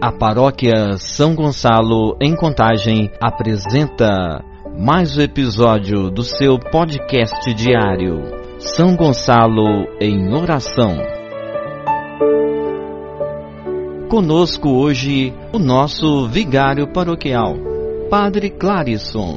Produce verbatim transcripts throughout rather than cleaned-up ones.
A Paróquia São Gonçalo, em Contagem, apresenta mais um episódio do seu podcast diário, São Gonçalo em Oração. Conosco hoje o nosso vigário paroquial, Padre Clarisson.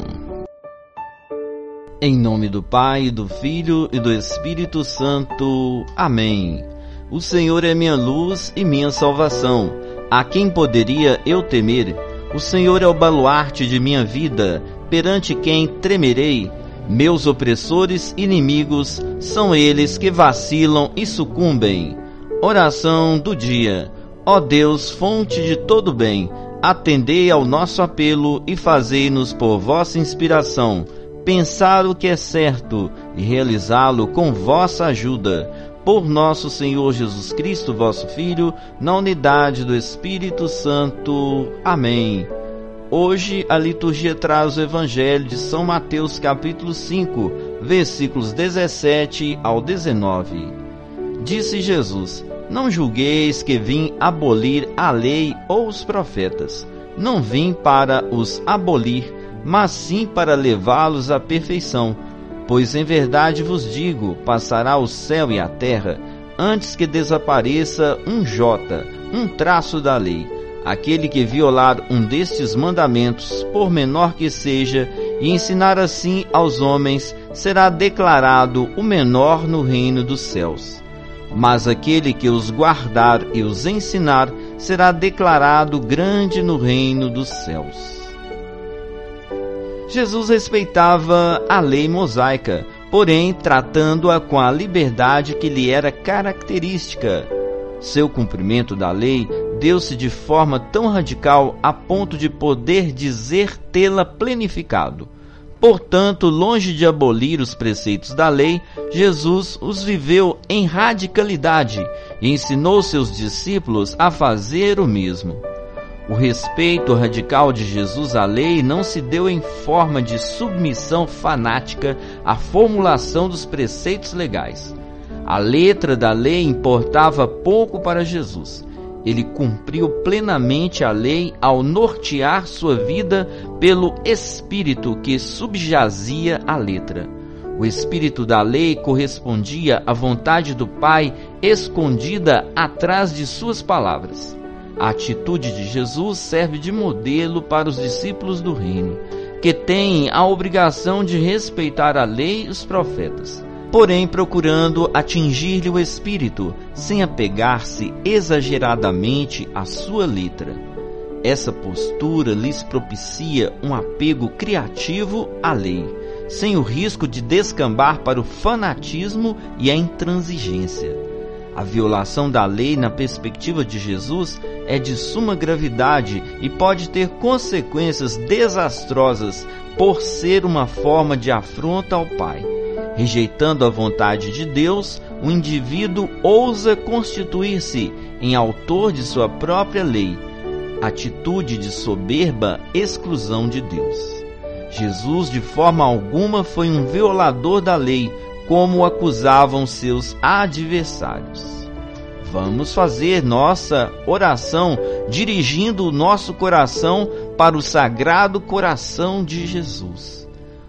Em nome do Pai, do Filho e do Espírito Santo. Amém. O Senhor é minha luz e minha salvação. A quem poderia eu temer? O Senhor é o baluarte de minha vida, perante quem tremerei? Meus opressores inimigos são eles que vacilam e sucumbem. Oração do dia. Ó Deus, fonte de todo bem, atendei ao nosso apelo e fazei-nos por vossa inspiração pensar o que é certo e realizá-lo com vossa ajuda. Por nosso Senhor Jesus Cristo, vosso Filho, na unidade do Espírito Santo. Amém. Hoje a liturgia traz o Evangelho de São Mateus, capítulo cinco, versículos dezessete ao dezenove. Disse Jesus: Não julgueis que vim abolir a lei ou os profetas. Não vim para os abolir, mas sim para levá-los à perfeição. Pois em verdade vos digo, passará o céu e a terra, antes que desapareça um jota, um traço da lei. Aquele que violar um destes mandamentos, por menor que seja, e ensinar assim aos homens, será declarado o menor no reino dos céus. Mas aquele que os guardar e os ensinar, será declarado grande no reino dos céus. Jesus respeitava a lei mosaica, porém tratando-a com a liberdade que lhe era característica. Seu cumprimento da lei deu-se de forma tão radical a ponto de poder dizer tê-la plenificado. Portanto, longe de abolir os preceitos da lei, Jesus os viveu em radicalidade e ensinou seus discípulos a fazer o mesmo. O respeito radical de Jesus à lei não se deu em forma de submissão fanática à formulação dos preceitos legais. A letra da lei importava pouco para Jesus. Ele cumpriu plenamente a lei ao nortear sua vida pelo Espírito que subjazia a letra. O Espírito da lei correspondia à vontade do Pai escondida atrás de suas palavras. A atitude de Jesus serve de modelo para os discípulos do reino, que têm a obrigação de respeitar a lei e os profetas, porém procurando atingir-lhe o espírito, sem apegar-se exageradamente à sua letra. Essa postura lhes propicia um apego criativo à lei, sem o risco de descambar para o fanatismo e a intransigência. A violação da lei na perspectiva de Jesus é de suma gravidade e pode ter consequências desastrosas por ser uma forma de afronta ao Pai. Rejeitando a vontade de Deus, o indivíduo ousa constituir-se em autor de sua própria lei, atitude de soberba exclusão de Deus. Jesus de forma alguma foi um violador da lei, como o acusavam seus adversários. Vamos fazer nossa oração dirigindo o nosso coração para o Sagrado Coração de Jesus.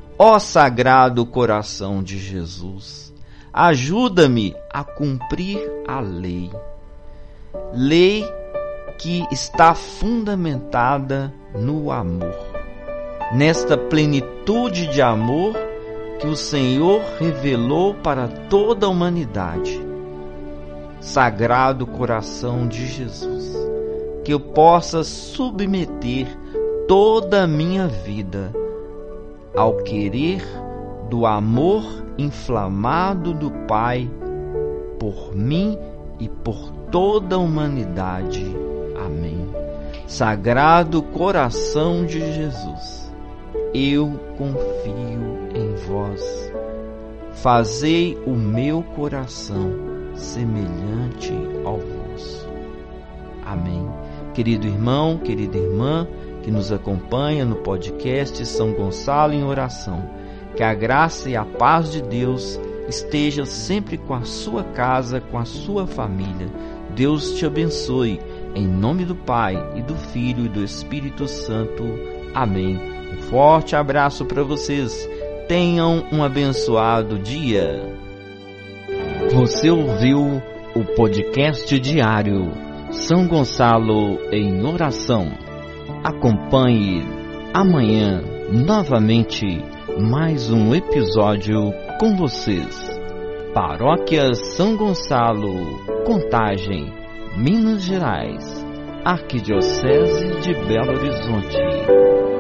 Ó Sagrado Coração de Jesus, ajuda-me a cumprir a lei. Lei que está fundamentada no amor. Nesta plenitude de amor que o Senhor revelou para toda a humanidade. Sagrado Coração de Jesus, que eu possa submeter toda a minha vida ao querer do amor inflamado do Pai por mim e por toda a humanidade. Amém. Sagrado Coração de Jesus, eu confio em vós. Fazei o meu coração semelhante ao vosso. Amém. Querido irmão, querida irmã, que nos acompanha no podcast São Gonçalo em Oração, que a graça e a paz de Deus esteja sempre com a sua casa, com a sua família. Deus te abençoe. Em nome do Pai, e do Filho e do Espírito Santo. Amém. Um forte abraço para vocês. Tenham um abençoado dia. Você ouviu o podcast diário São Gonçalo em Oração. Acompanhe amanhã novamente mais um episódio com vocês. Paróquia São Gonçalo, Contagem, Minas Gerais, Arquidiocese de Belo Horizonte.